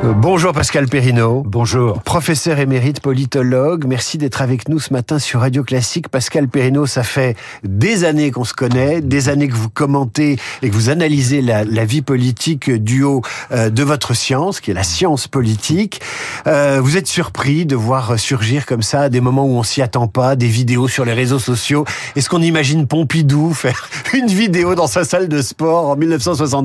Bonjour Pascal Perrineau. Bonjour. Professeur émérite politologue, merci d'être avec nous ce matin sur Radio Classique. Pascal Perrineau, ça fait des années qu'on se connaît, des années que vous commentez et que vous analysez la vie politique du haut de votre science, qui est la science politique. Vous êtes surpris de voir surgir comme ça, à des moments où on s'y attend pas, des vidéos sur les réseaux sociaux. Est-ce qu'on imagine Pompidou faire une vidéo dans sa salle de sport en 1973 ?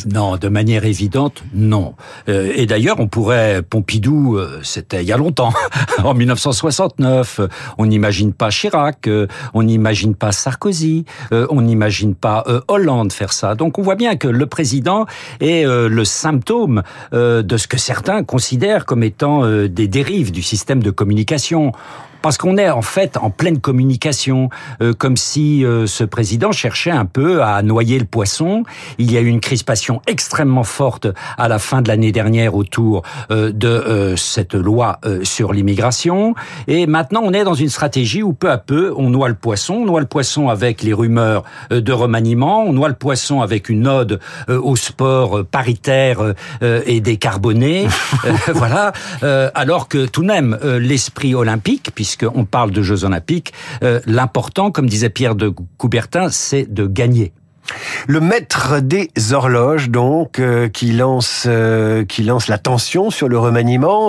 Non, de manière évidente, non. Et d'ailleurs, on pourrait, Pompidou, c'était il y a longtemps, en 1969, on n'imagine pas Chirac, on n'imagine pas Sarkozy, on n'imagine pas Hollande faire ça. Donc on voit bien que le président est le symptôme de ce que certains considèrent comme étant des dérives du système de communication. Parce qu'on est en fait en pleine communication, comme si ce président cherchait un peu à noyer le poisson. Il y a eu une crispation extrêmement forte à la fin de l'année dernière autour de cette loi sur l'immigration. Et maintenant, on est dans une stratégie où peu à peu, on noie le poisson. On noie le poisson avec les rumeurs de remaniement. On noie le poisson avec une ode au sport paritaire et décarboné. Voilà. Alors que tout de même, l'esprit olympique, puisqu'on parle de Jeux Olympiques, l'important, comme disait Pierre de Coubertin, c'est de gagner. Le maître des horloges, donc, qui lance la tension sur le remaniement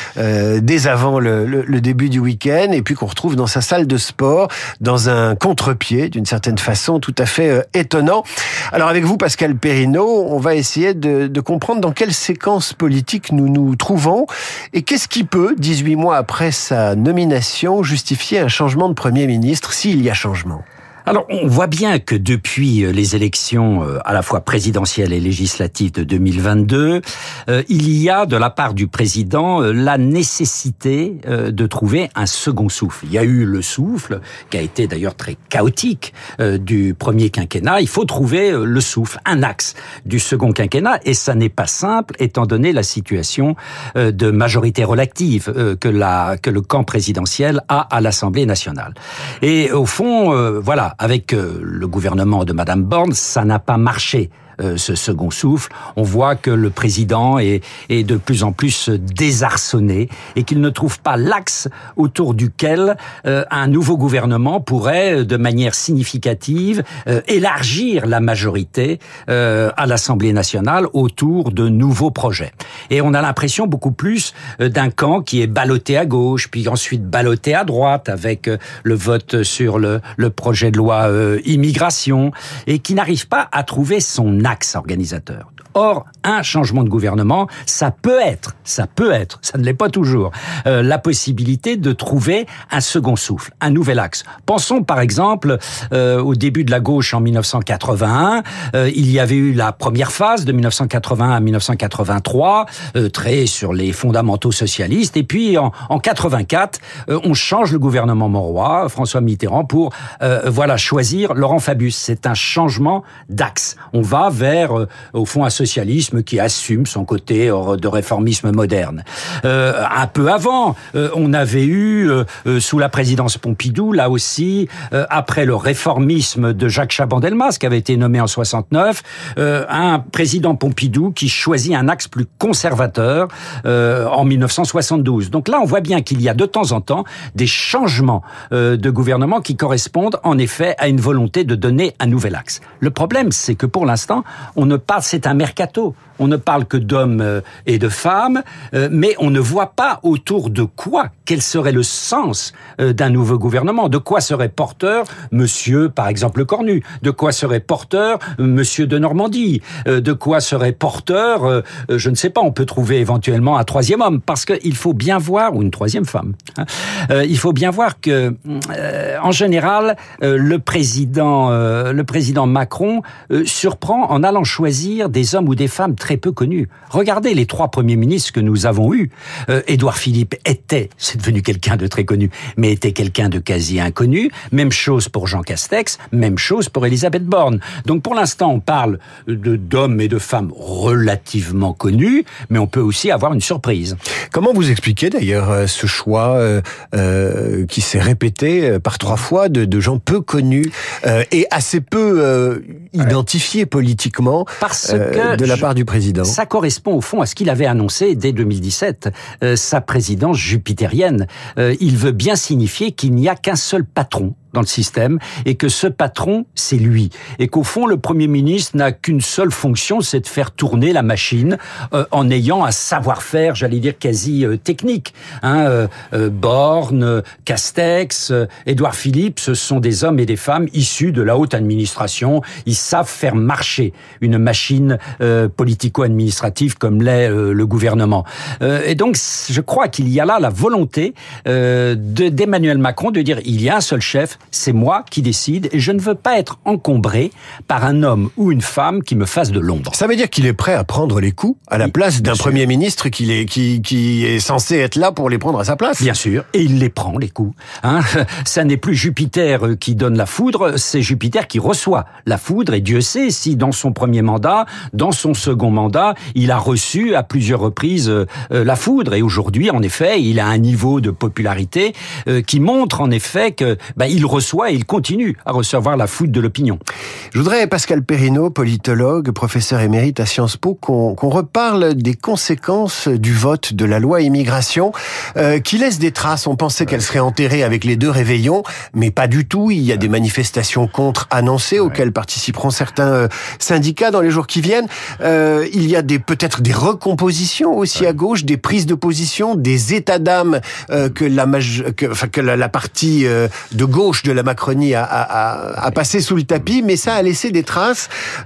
dès avant le début du week-end, et puis qu'on retrouve dans sa salle de sport, dans un contre-pied, d'une certaine façon, tout à fait étonnant. Alors avec vous, Pascal Perrineau, on va essayer de comprendre dans quelle séquence politique nous nous trouvons, et qu'est-ce qui peut, 18 mois après sa nomination, justifier un changement de Premier ministre, s'il y a changement ? Alors, on voit bien que depuis les élections à la fois présidentielles et législatives de 2022, il y a de la part du président la nécessité de trouver un second souffle. Il y a eu le souffle, qui a été d'ailleurs très chaotique, du premier quinquennat. Il faut trouver le souffle, un axe du second quinquennat, et ça n'est pas simple, étant donné la situation de majorité relative que le camp présidentiel a à l'Assemblée nationale. Et au fond, voilà, avec le gouvernement de Madame Borne, ça n'a pas marché. Ce second souffle, on voit que le président est de plus en plus désarçonné et qu'il ne trouve pas l'axe autour duquel un nouveau gouvernement pourrait, de manière significative, élargir la majorité à l'Assemblée nationale autour de nouveaux projets. Et on a l'impression beaucoup plus d'un camp qui est ballotté à gauche, puis ensuite ballotté à droite avec le vote sur le projet de loi immigration, et qui n'arrive pas à trouver son axe organisateur. Or, un changement de gouvernement, ça peut être, ça ne l'est pas toujours, la possibilité de trouver un second souffle, un nouvel axe. Pensons par exemple au début de la gauche en 1981, il y avait eu la première phase de 1981 à 1983, très sur les fondamentaux socialistes, et puis en 84, on change le gouvernement Mauroy, François Mitterrand, pour choisir Laurent Fabius. C'est un changement d'axe. On va vers, au fond, un socialisme qui assume son côté de réformisme moderne. Un peu avant, on avait eu, sous la présidence Pompidou, là aussi, après le réformisme de Jacques Chaban-Delmas, qui avait été nommé en 69, un président Pompidou qui choisit un axe plus conservateur en 1972. Donc là, on voit bien qu'il y a de temps en temps des changements de gouvernement qui correspondent en effet à une volonté de donner un nouvel axe. Le problème, c'est que pour l'instant, c'est un mercato. On ne parle que d'hommes et de femmes, mais on ne voit pas autour de quoi, quel serait le sens d'un nouveau gouvernement, de quoi serait porteur monsieur, par exemple, Cornu, de quoi serait porteur monsieur de Normandie, de quoi serait porteur, je ne sais pas, on peut trouver éventuellement un troisième homme, parce qu'il faut bien voir, ou une troisième femme, il faut bien voir que, en général, le président Macron surprend en allant choisir des hommes ou des femmes très peu connus. Regardez les 3 premiers ministres que nous avons eus. Édouard Philippe c'est devenu quelqu'un de très connu, mais était quelqu'un de quasi inconnu. Même chose pour Jean Castex, même chose pour Elisabeth Borne. Donc pour l'instant, on parle d'hommes et de femmes relativement connus, mais on peut aussi avoir une surprise. Comment vous expliquez d'ailleurs ce choix qui s'est répété par 3 fois de gens peu connus et assez peu identifiés politiquement? Parce que de la part du président. Ça correspond au fond à ce qu'il avait annoncé dès 2017, sa présidence jupitérienne. Il veut bien signifier qu'il n'y a qu'un seul patron dans le système, et que ce patron, c'est lui. Et qu'au fond, le Premier ministre n'a qu'une seule fonction, c'est de faire tourner la machine en ayant un savoir-faire, j'allais dire, quasi technique. Borne, Castex, Édouard Philippe, ce sont des hommes et des femmes issus de la haute administration. Ils savent faire marcher une machine politico-administrative comme l'est le gouvernement. Et donc, je crois qu'il y a là la volonté d'Emmanuel Macron de dire, il y a un seul chef, c'est moi qui décide et je ne veux pas être encombré par un homme ou une femme qui me fasse de l'ombre. Ça veut dire qu'il est prêt à prendre les coups à la place d'un Premier ministre qui est censé être là pour les prendre à sa place. Bien sûr, et il les prend, les coups. Ça n'est plus Jupiter qui donne la foudre, c'est Jupiter qui reçoit la foudre, et Dieu sait si dans son premier mandat, dans son second mandat, il a reçu à plusieurs reprises la foudre. Et aujourd'hui, en effet, il a un niveau de popularité qui montre en effet que il reçoit et il continue à recevoir la foudre de l'opinion. Je voudrais, Pascal Perrineau, politologue, professeur émérite à Sciences Po, qu'on reparle des conséquences du vote de la loi immigration qui laisse des traces. On pensait qu'elle serait enterrée avec les 2 réveillons, mais pas du tout. Il y a des manifestations contre annoncées auxquelles participeront certains syndicats dans les jours qui viennent. Il y a peut-être des recompositions aussi à gauche, des prises de position, des états d'âme que la partie de gauche de la Macronie a passé sous le tapis, mais ça a laissé des traces.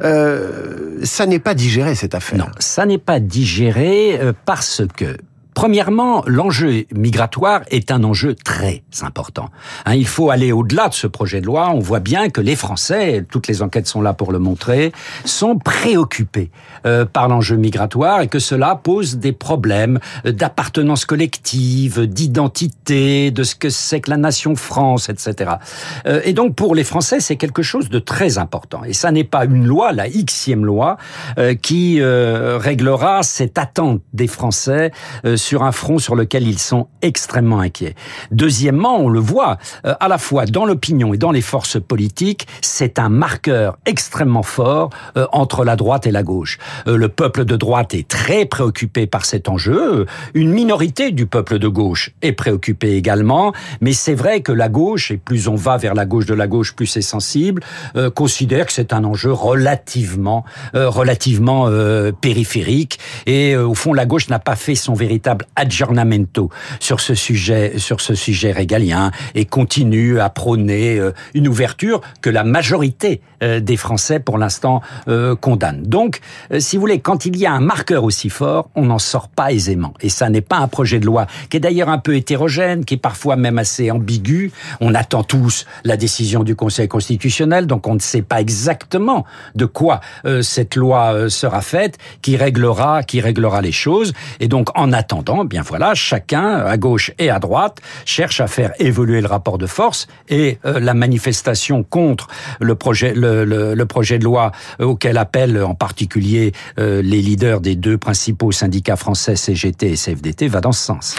Ça n'est pas digéré, cette affaire. Non, ça n'est pas digéré parce que premièrement, l'enjeu migratoire est un enjeu très important. Il faut aller au-delà de ce projet de loi. On voit bien que les Français, toutes les enquêtes sont là pour le montrer, sont préoccupés par l'enjeu migratoire et que cela pose des problèmes d'appartenance collective, d'identité, de ce que c'est que la nation France, etc. Et donc pour les Français, c'est quelque chose de très important. Et ça n'est pas une loi, la Xème loi, qui réglera cette attente des Français sur un front sur lequel ils sont extrêmement inquiets. Deuxièmement, on le voit, à la fois dans l'opinion et dans les forces politiques, c'est un marqueur extrêmement fort entre la droite et la gauche. Le peuple de droite est très préoccupé par cet enjeu. Une minorité du peuple de gauche est préoccupée également, mais c'est vrai que la gauche, et plus on va vers la gauche de la gauche, plus c'est sensible, considère que c'est un enjeu relativement périphérique. Et au fond, la gauche n'a pas fait son véritable aggiornamento sur ce sujet régalien et continue à prôner une ouverture que la majorité des Français pour l'instant condamne. Donc, si vous voulez, quand il y a un marqueur aussi fort, on n'en sort pas aisément. Et ça n'est pas un projet de loi qui est d'ailleurs un peu hétérogène, qui est parfois même assez ambigu. On attend tous la décision du Conseil constitutionnel, donc on ne sait pas exactement de quoi cette loi sera faite, qui réglera les choses. Et donc, en attendant, bien voilà, chacun, à gauche et à droite, cherche à faire évoluer le rapport de force et la manifestation contre le projet de loi auquel appellent en particulier les leaders des 2 principaux syndicats français, CGT et CFDT, va dans ce sens.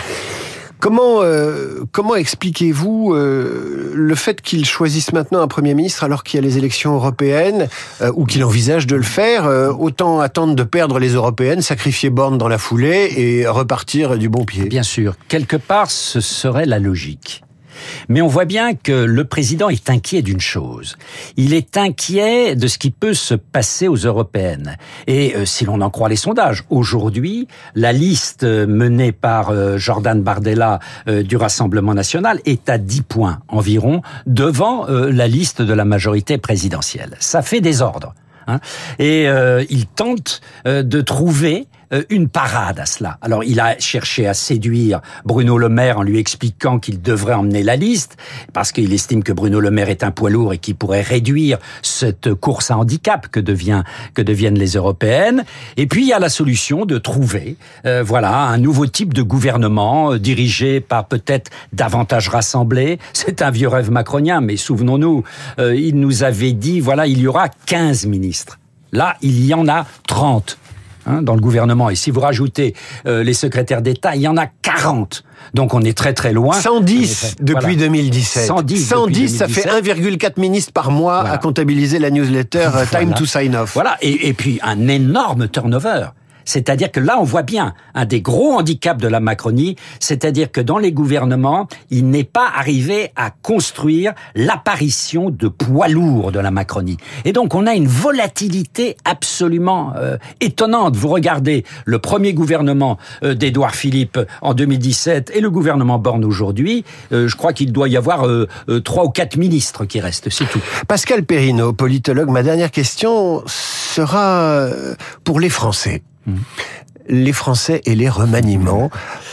Comment expliquez-vous le fait qu'il choisisse maintenant un Premier ministre alors qu'il y a les élections européennes ou qu'il envisage de le faire? Autant attendre de perdre les européennes, sacrifier Borne dans la foulée et repartir du bon pied. Bien sûr, quelque part, ce serait la logique. Mais on voit bien que le président est inquiet d'une chose. Il est inquiet de ce qui peut se passer aux européennes. Et si l'on en croit les sondages, aujourd'hui, la liste menée par Jordan Bardella du Rassemblement national est à 10 points environ devant la liste de la majorité présidentielle. Ça fait désordre. Et il tente de trouver une parade à cela. Alors, il a cherché à séduire Bruno Le Maire en lui expliquant qu'il devrait emmener la liste, parce qu'il estime que Bruno Le Maire est un poids lourd et qu'il pourrait réduire cette course à handicap que deviennent les européennes. Et puis, il y a la solution de trouver, un nouveau type de gouvernement dirigé par peut-être davantage rassemblés. C'est un vieux rêve macronien, mais souvenons-nous, il nous avait dit, il y aura 15 ministres. Là, il y en a 30. dans le gouvernement. Et si vous rajoutez les secrétaires d'État, il y en a 40. Donc on est très très loin. 110 depuis 2017. 110, ça fait 1,4 ministre par mois à comptabiliser la newsletter Time to Sign Off. Voilà, et puis un énorme turnover. C'est-à-dire que là, on voit bien un des gros handicaps de la Macronie, c'est-à-dire que dans les gouvernements, il n'est pas arrivé à construire l'apparition de poids lourds de la Macronie. Et donc, on a une volatilité absolument étonnante. Vous regardez le premier gouvernement d'Édouard Philippe en 2017 et le gouvernement Borne aujourd'hui, je crois qu'il doit y avoir 3 ou 4 ministres qui restent, c'est tout. Pascal Perrineau, politologue, ma dernière question sera pour les Français. Les Français et les remaniements.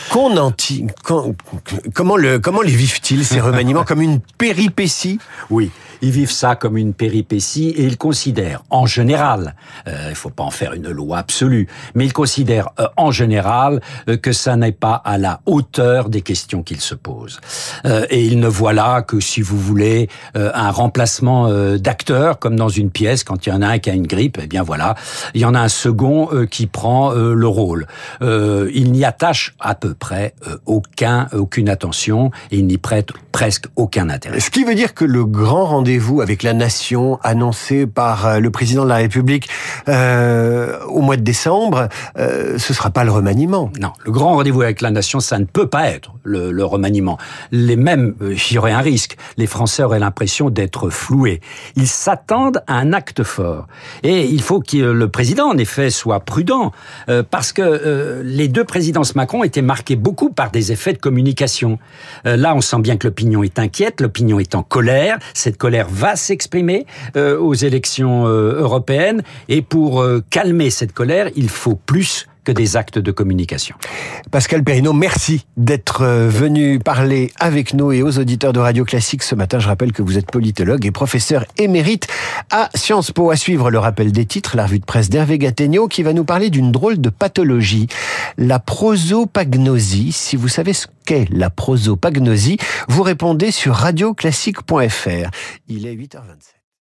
Comment les vivent-ils, ces remaniements, comme une péripétie? Oui, ils vivent ça comme une péripétie et ils considèrent, en général, il faut pas en faire une loi absolue, mais ils considèrent en général que ça n'est pas à la hauteur des questions qu'ils se posent. Et ils ne voient là que, si vous voulez, un remplacement d'acteurs, comme dans une pièce, quand il y en a un qui a une grippe, eh bien voilà, il y en a un second qui prend le rôle. Ils n'y attachent à peu près aucune attention et ils n'y prêtent presque aucun intérêt. Ce qui veut dire que le grand rendez-vous avec la nation annoncé par le président de la République au mois de décembre, ce sera pas le remaniement. Non, le grand rendez-vous avec la nation, ça ne peut pas être le remaniement. Il y aurait un risque. Les Français auraient l'impression d'être floués. Ils s'attendent à un acte fort. Et il faut que le président, en effet, soit prudent, parce que les deux présidences Macron étaient marquées beaucoup par des effets de communication. Là, on sent bien que l'opinion est inquiète, l'opinion est en colère. Cette colère va s'exprimer aux élections européennes. Et pour calmer cette colère, il faut plus que des actes de communication. Pascal Perrineau, merci d'être venu parler avec nous et aux auditeurs de Radio Classique ce matin. Je rappelle que vous êtes politologue et professeur émérite à Sciences Po. À suivre le rappel des titres, la revue de presse d'Hervé Gattegno qui va nous parler d'une drôle de pathologie, la prosopagnosie. Si vous savez ce qu'est la prosopagnosie, vous répondez sur radioclassique.fr. Il est 8h27.